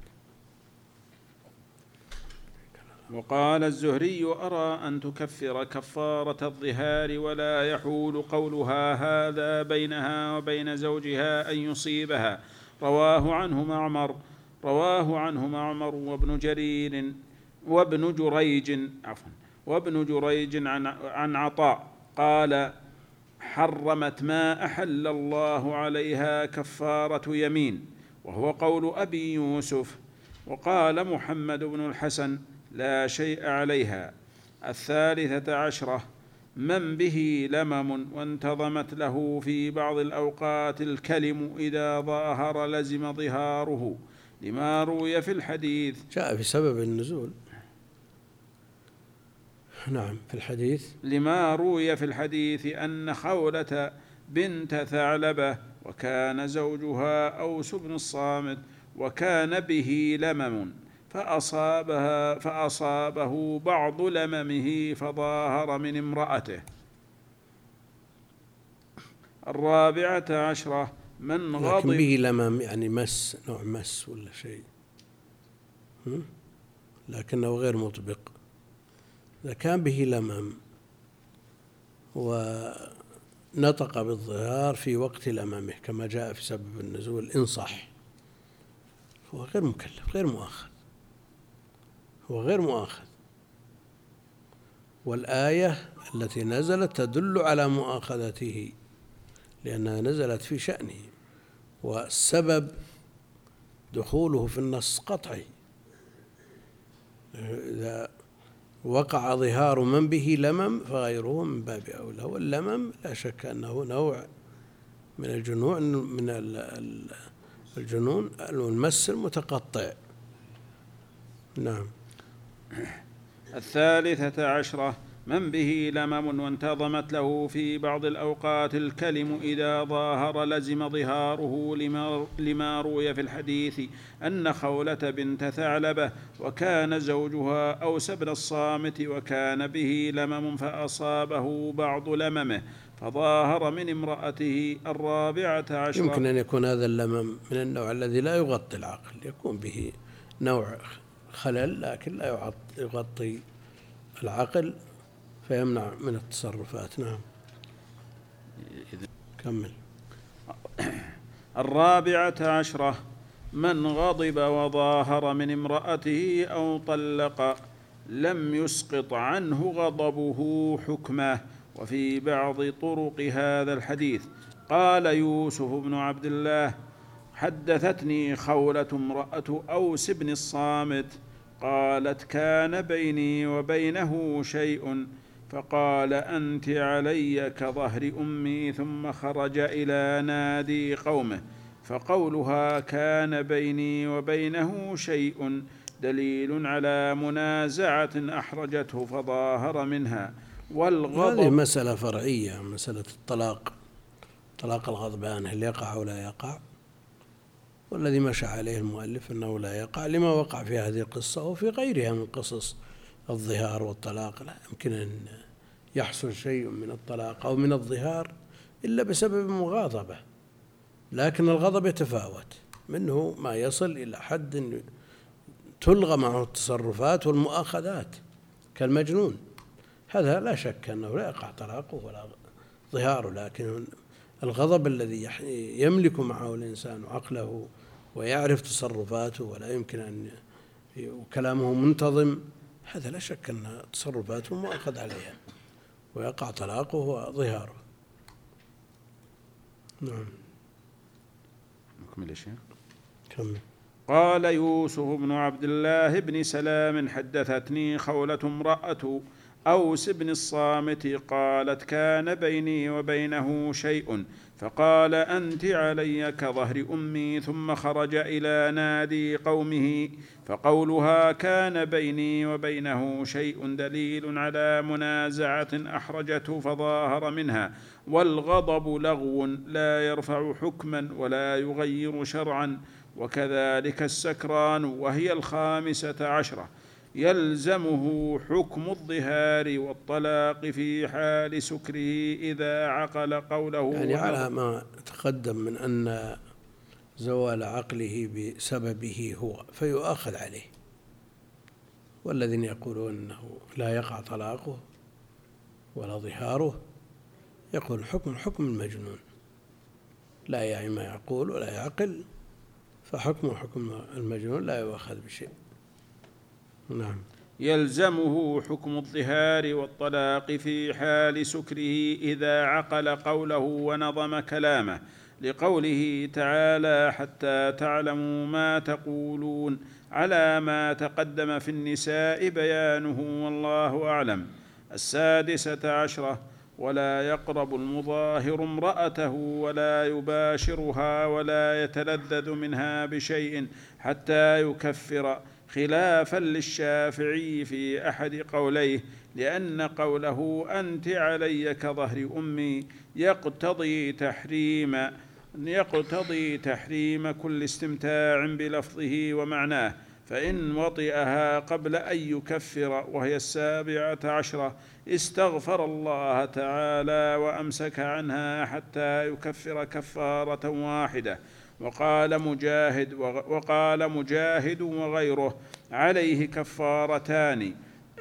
وقال الزهري أرى أن تكفر كفارة الظهار ولا يحول قولها هذا بينها وبين زوجها أن يصيبها. رواه عنه معمر رواه عنه معمر وابن جرير وابن جريج عفوا وابن جريج عن عن عطاء قال حرمت ما أحل الله عليها كفارة يمين، وهو قول أبي يوسف. وقال محمد بن الحسن لا شيء عليها. الثالثة عشرة من به لمم وانتظمت له في بعض الأوقات الكلم إذا ظاهر لزم ظهاره، لما روي في الحديث جاء في سبب النزول. نعم في الحديث لما روي في الحديث أن خولة بنت ثعلبة وكان زوجها أوس بن الصامت وكان به لمم فأصابها فأصابه بعض لممه فظاهر من امرأته. الرابعة عشرة من غضب. لكن به لمم يعني مس، نوع مس ولا شيء، لكنه غير مطبق. إذا كان به لمم ونطق بالظهار في وقت لممه كما جاء في سبب النزول إن صح، هو غير مكلف غير مؤاخذ، هو غير مؤاخذ. والآية التي نزلت تدل على مؤاخذته لأنها نزلت في شأنه، والسبب دخوله في النص قطعي. إذا وقع ظهار من به لمم فغيره من باب أولى. واللمم لا شك أنه نوع من الجنون من الجنون المس المتقطع. نعم. الثالثة عشرة من به لمم وانتظمت له في بعض الأوقات الكلم إذا ظاهر لزم ظهاره لما, لما روي في الحديث أن خولة بنت ثعلبة وكان زوجها أوس بن الصامت وكان به لمم فأصابه بعض لممه فظاهر من امرأته. الرابعة عشرة يمكن أن يكون هذا اللمم من النوع الذي لا يغطي العقل، يكون به نوع خلل لكن لا يغطي العقل فيمنع من التصرفات. نعم. كمل. الرابعة عشرة من غضب وظاهر من امرأته أو طلق لم يسقط عنه غضبه حكمه. وفي بعض طرق هذا الحديث قال يوسف بن عبد الله حدثتني خولة امرأة أوس بن الصامت قالت كان بيني وبينه شيء فقال أنت علي كظهر أمي ثم خرج إلى نادي قومه. فقولها كان بيني وبينه شيء دليل على منازعة أحرجته فظاهر منها. والغضب هذه مسألة فرعية، مسألة الطلاق، طلاق الغضبان هل يقع أو لا يقع؟ والذي مشى عليه المؤلف أنه لا يقع لما وقع في هذه القصة وفي غيرها من قصص الظهار والطلاق. لا يمكن أن يحصل شيء من الطلاق أو من الظهار إلا بسبب مغاضبة، لكن الغضب يتفاوت، منه ما يصل إلى حد تلغى معه التصرفات والمؤاخذات كالمجنون، هذا لا شك أنه لا يقع طلاقه ولا ظهاره. لكن الغضب الذي يملك معه الإنسان عقله ويعرف تصرفاته ولا يمكن أن وكلامه منتظم، هذا لا شك أن تصرفاته مؤاخذ عليها ويقع طلاقه وظهاره. نعم. نكمل يا شيخ. كمل. قال يوسف بن عبد الله بن سلام حدثتني خولة امرأة أوس بن الصامت قالت كان بيني وبينه شيء فقال أنت علي كظهر أمي ثم خرج إلى نادي قومه. فقولها كان بيني وبينه شيء دليل على منازعة أحرجته فظاهر منها. والغضب لغو لا يرفع حكما ولا يغير شرعا. وكذلك السكران. وهي الخامسة عشرة يلزمه حكم الظهار والطلاق في حال سكره إذا عقل قوله. يعني على ما تقدم من أن زوال عقله بسببه هو فيؤاخذ عليه، والذين يقولون أنه لا يقع طلاقه ولا ظهاره يقول حكم حكم المجنون، لا يعي ما يقول ولا يعقل، فحكم حكم المجنون لا يؤاخذ بشيء. نعم. يلزمه حكم الظهار والطلاق في حال سكره إذا عقل قوله ونظم كلامه، لقوله تعالى حتى تعلموا ما تقولون، على ما تقدم في النساء بيانه والله أعلم. السادسة عشرة ولا يقرب المظاهر امرأته ولا يباشرها ولا يتلذذ منها بشيء حتى يكفر، خلافا للشافعي في أحد قوليه، لأن قوله أنت علي كظهر أمي يقتضي تحريم يقتضي تحريم كل استمتاع بلفظه ومعناه، فإن وطئها قبل أن يكفر وهي السابعة عشرة استغفر الله تعالى وأمسك عنها حتى يكفر كفارة واحدة. وقال مجاهد وقال مجاهد وغيره عليه كفارتان.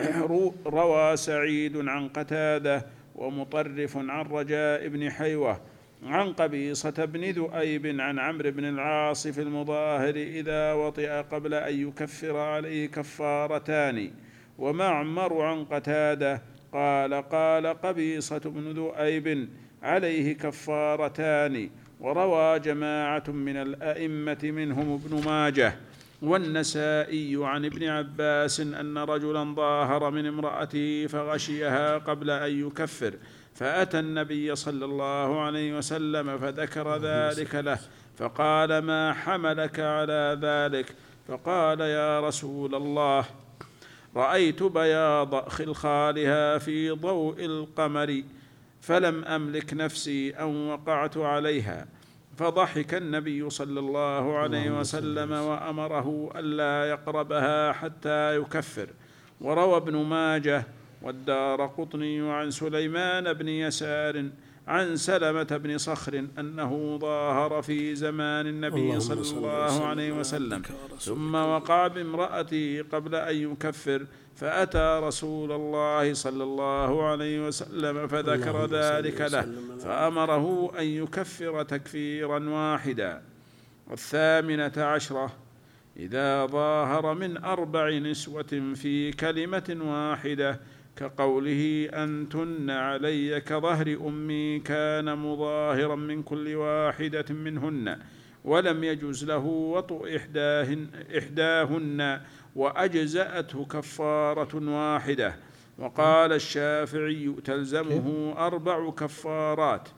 روى سعيد عن قتادة ومطرف عن رجاء بن حيوة عن قبيصة بن ذؤيب عن عمرو بن العاص في المظاهر إذا وطئ قبل أن يكفر عليه كفارتان. ومعمر عن قتادة قال قال قبيصة بن ذؤيب عليه كفارتان. وروى جماعة من الأئمة منهم ابن ماجه والنسائي عن ابن عباس أن رجلا ظاهر من امرأته فغشيها قبل أن يكفر، فأتى النبي صلى الله عليه وسلم فذكر ذلك له، فقال ما حملك على ذلك؟ فقال يا رسول الله رأيت بياض خلخالها في ضوء القمر فلم أملك نفسي أن وقعت عليها. فضحك النبي صلى الله عليه وسلم وأمره ألا يقربها حتى يكفر. وروى ابن ماجه والدارقطني عن سليمان بن يسار عن سلمة بن صخر أنه ظاهر في زمان النبي صلى الله عليه وسلم ثم وقع بامرأته قبل أن يكفر، فأتى رسول الله صلى الله عليه وسلم فذكر ذلك له، فأمره أن يكفر تكفيرا واحدا. الثامنة عشرة إذا ظاهر من أربع نسوة في كلمة واحدة كقوله أنتن علي كظهر أمي كان مظاهرا من كل واحدة منهن ولم يجز له وطء إحداهن, إحداهن وأجزأته كفارة واحدة. وقال الشافعي تلزمه أربع كفارات.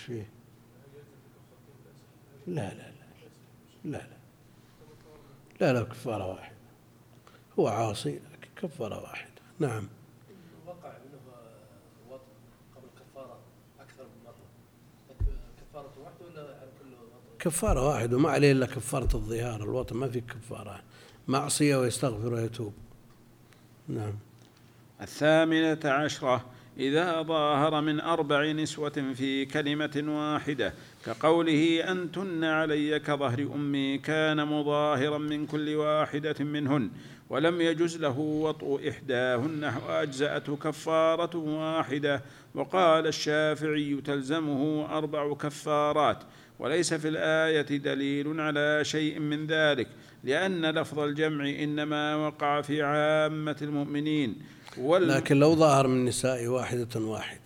لا لا لا لا لا لا لا كفارة واحدة، هو عاصي لكن كفارة واحدة. نعم. وقع منه وطء قبل كفارة أكثر من مرة، كفارة واحدة ولا على كل وطء؟ كفارة واحدة وما عليه إلا كفارة الظهار، الوطء ما في كفارة، معصية ويستغفر ويتوب. نعم. الثامنة عشرة إذا ظاهر من أربع نسوة في كلمة واحدة كقوله أنتن علي كظهر أمي كان مظاهرا من كل واحدة منهن ولم يجز له وطء إحداهن وأجزأته كفارة واحدة. وقال الشافعي تلزمه أربع كفارات. وليس في الآية دليل على شيء من ذلك، لأن لفظ الجمع إنما وقع في عامة المؤمنين. وال... لكن لو ظاهر من النساء واحدة واحدة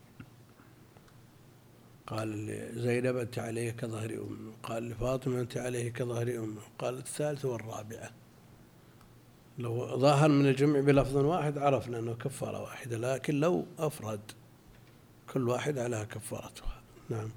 قال زينب أنت عليه كظهر أمه، قال لفاطمة أنت عليه كظهر أمه، قال الثالثة والرابعة. لو ظاهر من الجمع بلفظ واحد عرفنا أنه كفارة واحدة، لكن لو أفرد كل واحد على كفارتها. نعم.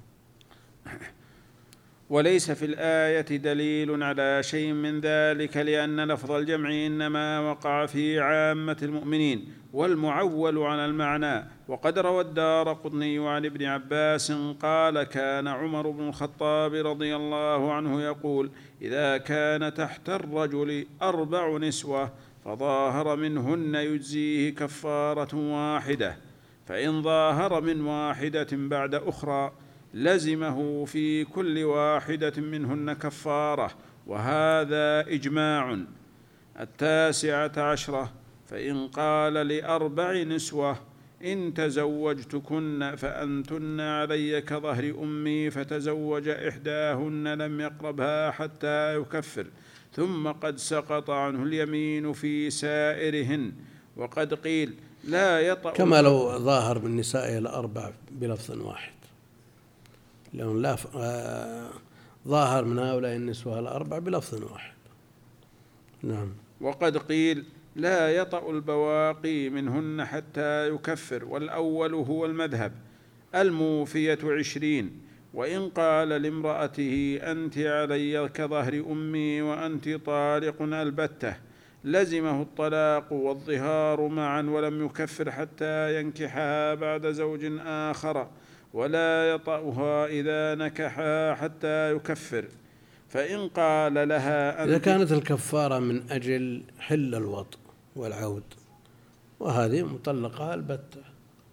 وليس في الآية دليل على شيء من ذلك، لأن لفظ الجمع إنما وقع في عامة المؤمنين والمعول على المعنى. وقد روى الدارقطني عن ابن عباس قال كان عمر بن الخطاب رضي الله عنه يقول إذا كان تحت الرجل أربع نسوة فظاهر منهن يجزيه كفارة واحدة، فإن ظاهر من واحدة بعد أخرى لزمه في كل واحدة منهن كفارة، وهذا إجماع. التاسعة عشرة فإن قال لأربع نسوة إن تزوجتكن فأنتن علي كظهر أمي فتزوج إحداهن لم يقربها حتى يكفر، ثم قد سقط عنه اليمين في سائرهن. وقد قيل لا يطأ كما لو ظاهر من نسائه الأربع بلفظ واحد، لأنه لا ف... آه... ظاهر من هؤلاء النسوة الأربع بلفظ واحد. نعم. وقد قيل لا يطأ البواقي منهن حتى يكفر، والأول هو المذهب الموفية عشرين. وإن قال لامرأته أنت علي كظهر أمي وأنت طالق البتة لزمه الطلاق والظهار معا ولم يكفر حتى ينكحها بعد زوج آخر. ولا يطأها إذا نكحا حتى يكفر. فإن قال لها إذا كانت الكفارة من أجل حل الوطء والعود وهذه مطلقة البتة،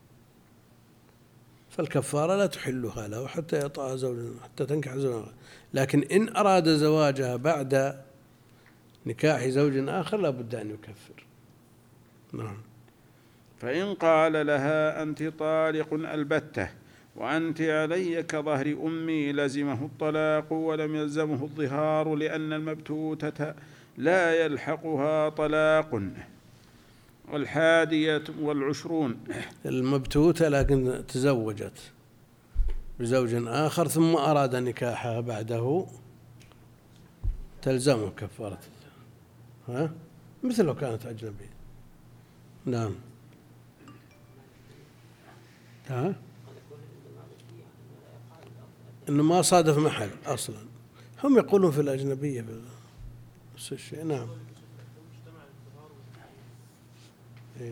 فالكفارة لا تحلها له حتى يطأها زوجا حتى تنكح زوجا. لكن إن أراد زواجها بعد نكاح زوج آخر لا بد أن يكفر. نعم. فإن قال لها أنت طالق البتة وأنت علي كظهر أمي لزمه الطلاق ولم يلزمه الظهار، لأن المبتوتة لا يلحقها طلاق. الحادية والعشرون المبتوتة لكن تزوجت بزوج آخر ثم أراد نكاحها بعده تلزمه كفارة، ها مثل لو كانت أجنبية. نعم. ها إنه ما صادف محل أصلا، هم يقولون في الأجنبية نفس الشيء. نعم. إيه؟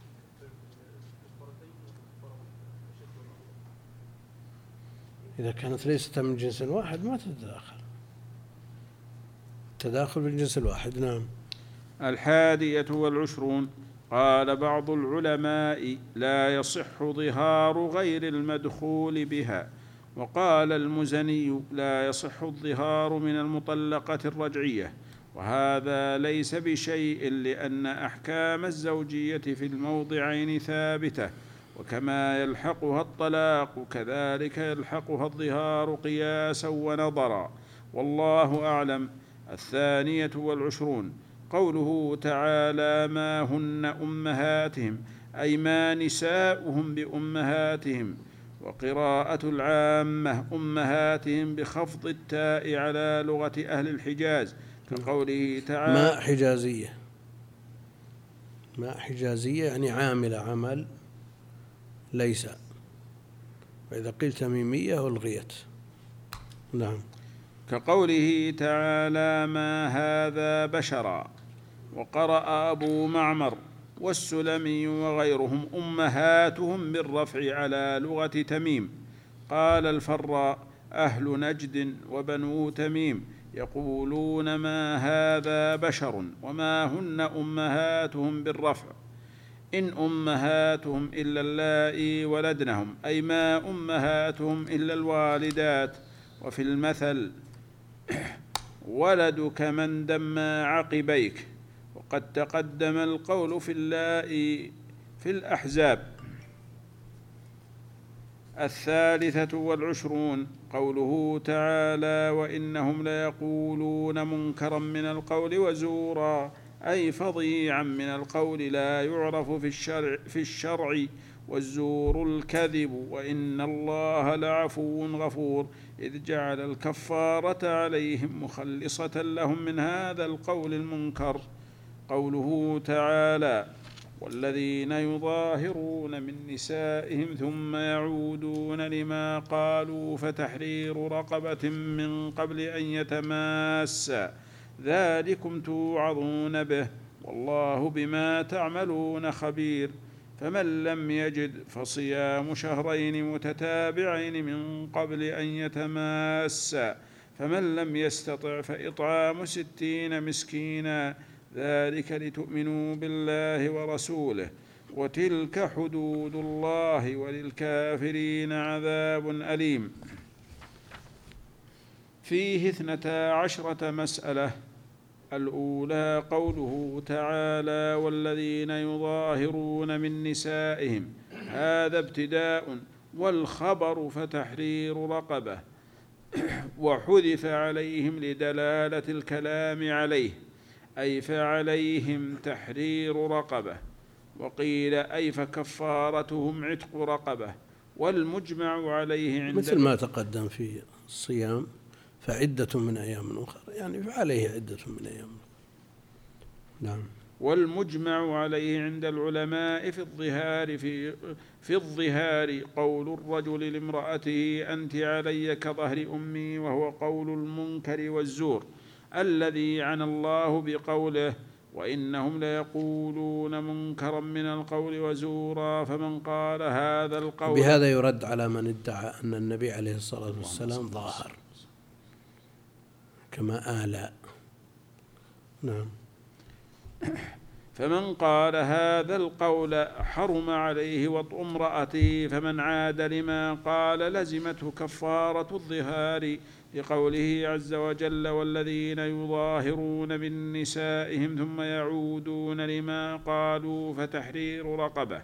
إذا كانت ليست من جنس واحد ما تتداخل، تداخل بالجنس الواحد. نعم. الحادية والعشرون قال بعض العلماء لا يصح ظهار غير المدخول بها، وقال المزني لا يصح الظهار من المطلقة الرجعية، وهذا ليس بشيء لأن أحكام الزوجية في الموضعين ثابتة، وكما يلحقها الطلاق كذلك يلحقها الظهار قياسا ونظرا، والله أعلم. الثانية والعشرون قوله تعالى ما هن أمهاتهم أي ما نساؤهم بأمهاتهم، وقراءة العامة أمهاتهم بخفض التاء على لغة أهل الحجاز كقوله تعالى ما حجازية، ما حجازية يعني عامل عمل ليس، وإذا قيل تميمية ألغيت. نعم. كقوله تعالى ما هذا بشرا. وقرأ أبو معمر والسلمي وغيرهم أمهاتهم بالرفع على لغة تميم. قال الفراء أهل نجد وبنو تميم يقولون ما هذا بشر وما هن أمهاتهم بالرفع، إن أمهاتهم إلا اللائي ولدنهم أي ما أمهاتهم إلا الوالدات. وفي المثل ولدك من دم عقبيك، وقد تقدم القول في اللائي في الأحزاب. الثالثة والعشرون قوله تعالى وإنهم ليقولون منكرا من القول وزورا أي فظيعا من القول لا يعرف في الشرع, في الشرع والزور الكذب، وإن الله لعفو غفور، إذ جعل الكفارة عليهم مخلصة لهم من هذا القول المنكر. قوله تعالى والذين يظاهرون من نسائهم ثم يعودون لما قالوا فتحرير رقبة من قبل أن يتماسا ذلكم توعظون به والله بما تعملون خبير. فمن لم يجد فصيام شهرين متتابعين من قبل أن يتماسا، فمن لم يستطع فإطعام ستين مسكينا، ذلك لتؤمنوا بالله ورسوله، وتلك حدود الله وللكافرين عذاب أليم. فيه اثنتا عشرة مسألة. الأولى قوله تعالى والذين يظاهرون من نسائهم، هذا ابتداء، والخبر فتحرير رقبة، وحذف عليهم لدلالة الكلام عليه أي فعليهم تحرير رقبة، وقيل أي فكفارتهم عتق رقبة. والمجمع عليه عند مثل ما تقدم في الصيام فعدة من أيام أخرى، يعني فعليه عدة من أيام أخرى. نعم. والمجمع عليه عند العلماء في الظهار في في الظهار قول الرجل لامرأته أنت علي كظهر أمي، وهو قول المنكر والزور الذي عن الله بقوله وإنهم ليقولون منكرا من القول وزورا، فمن قال هذا القول. بهذا يرد على من ادعى أن النبي عليه الصلاة والسلام ظاهر كما آلاء. نعم. فمن قال هذا القول حرم عليه وطء امرأته، فمن عاد لما قال لزمته كفارة الظهار، لقوله عز وجل والذين يظاهرون من نسائهم ثم يعودون لما قالوا فتحرير رقبة.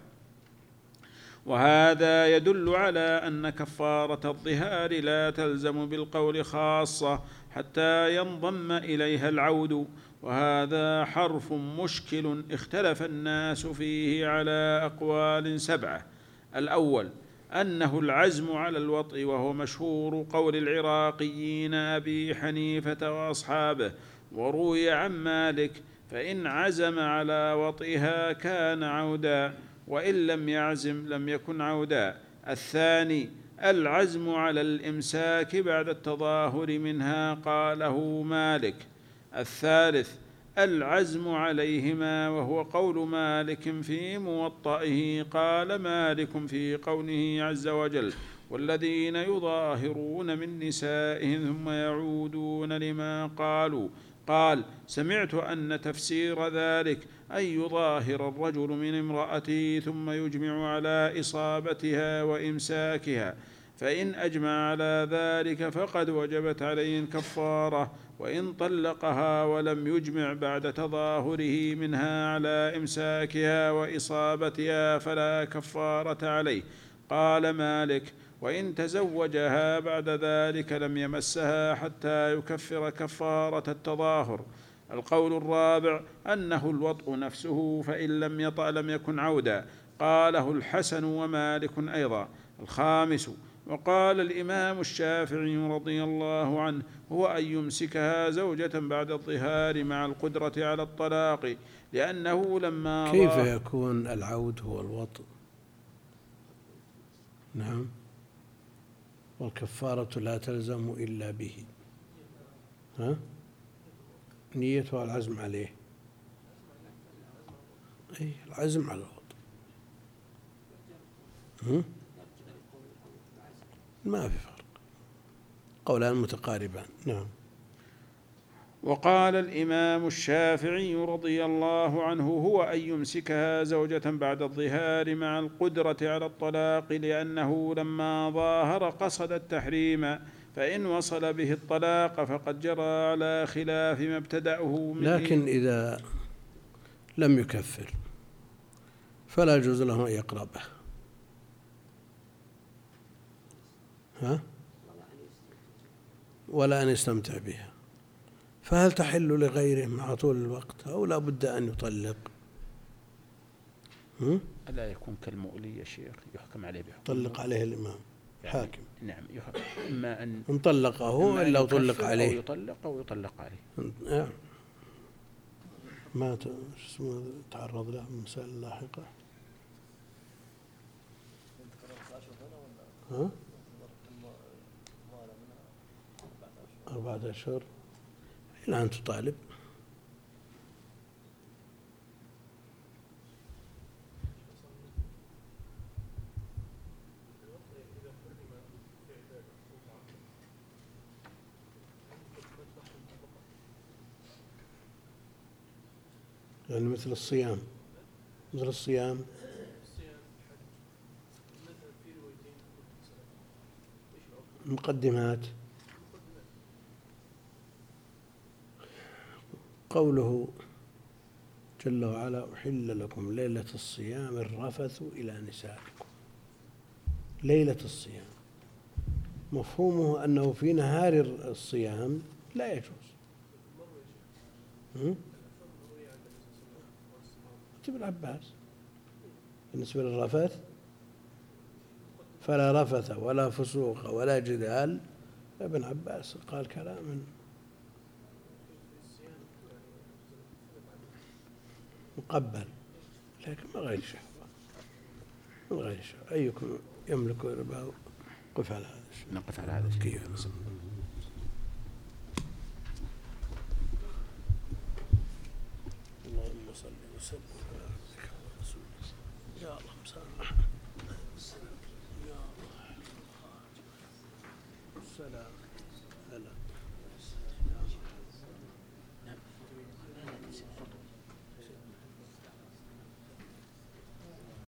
وهذا يدل على أن كفارة الظهار لا تلزم بالقول خاصة حتى ينضم إليها العود، وهذا حرف مشكل اختلف الناس فيه على أقوال سبعة. الأول أنه العزم على الوطء، وهو مشهور قول العراقيين أبي حنيفة وأصحابه، وروي عن مالك فإن عزم على وطئها كان عودا، وإن لم يعزم لم يكن عودا. الثاني العزم على الإمساك بعد التظاهر منها، قاله مالك. الثالث العزم عليهما، وهو قول مالك في موطئه، قال مالك في قوله عز وجل والذين يظاهرون من نسائهم ثم يعودون لما قالوا، قال سمعت أن تفسير ذلك أن يظاهر الرجل من امرأته ثم يجمع على إصابتها وإمساكها، فإن أجمع على ذلك فقد وجبت عليه الكفارة، وإن طلقها ولم يجمع بعد تظاهره منها على إمساكها وإصابتها فلا كفارة عليه. قال مالك وإن تزوجها بعد ذلك لم يمسها حتى يكفر كفارة التظاهر. القول الرابع أنه الوطء نفسه، فإن لم يطأ لم يكن عودا، قاله الحسن ومالك أيضا. الخامس وقال الإمام الشافعي رضي الله عنه هو أن يمسكها زوجة بعد الظهار مع القدرة على الطلاق، لأنه لما كيف يكون العود هو الوطء؟ نعم. والكفارة لا تلزم إلا به. ها؟ نيتها العزم عليه. أي العزم على الوطء. هم؟ ما في فرق، قولان متقاربان. نعم. وقال الإمام الشافعي رضي الله عنه هو أن يمسكها زوجة بعد الظهار مع القدرة على الطلاق، لأنه لما ظاهر قصد التحريم، فإن وصل به الطلاق فقد جرى على خلاف ما ابتدأه منه. لكن إذا لم يكفر فلا يجوز له أن يقربه. ها؟ ولا أن يستمتع بها، فهل تحل لغيره مع طول الوقت أو لا بد أن يطلق؟ ألا يكون كالمؤلي يا شيخ يحكم عليه بحكم طلق عليه الإمام يعني حاكم. نعم، إما أن إن طلقه إلا وطلق عليه، أو يطلق أو يطلق عليه. نعم. ما اسمه تعرض له مسائل لاحقة. ها؟ أربعة أشهر إلى أن تطالب. يعني مثل الصيام، مثل الصيام مقدمات. قوله جل وعلا أحل لكم ليلة الصيام الرفث إلى نسائكم. ليلة الصيام مفهومه أنه في نهار الصيام لا يجوز. ابن عباس بالنسبة للرفث فلا رفث ولا فسوق ولا جدال. ابن عباس قال كلام مقبل، لكن ما غير شهوة، ما غير شهوة. أيكم يملك رباه؟ قف على هذا الشيء. نقف على هذا كيف الله اللهم صل على محمد. يا الله. السلام.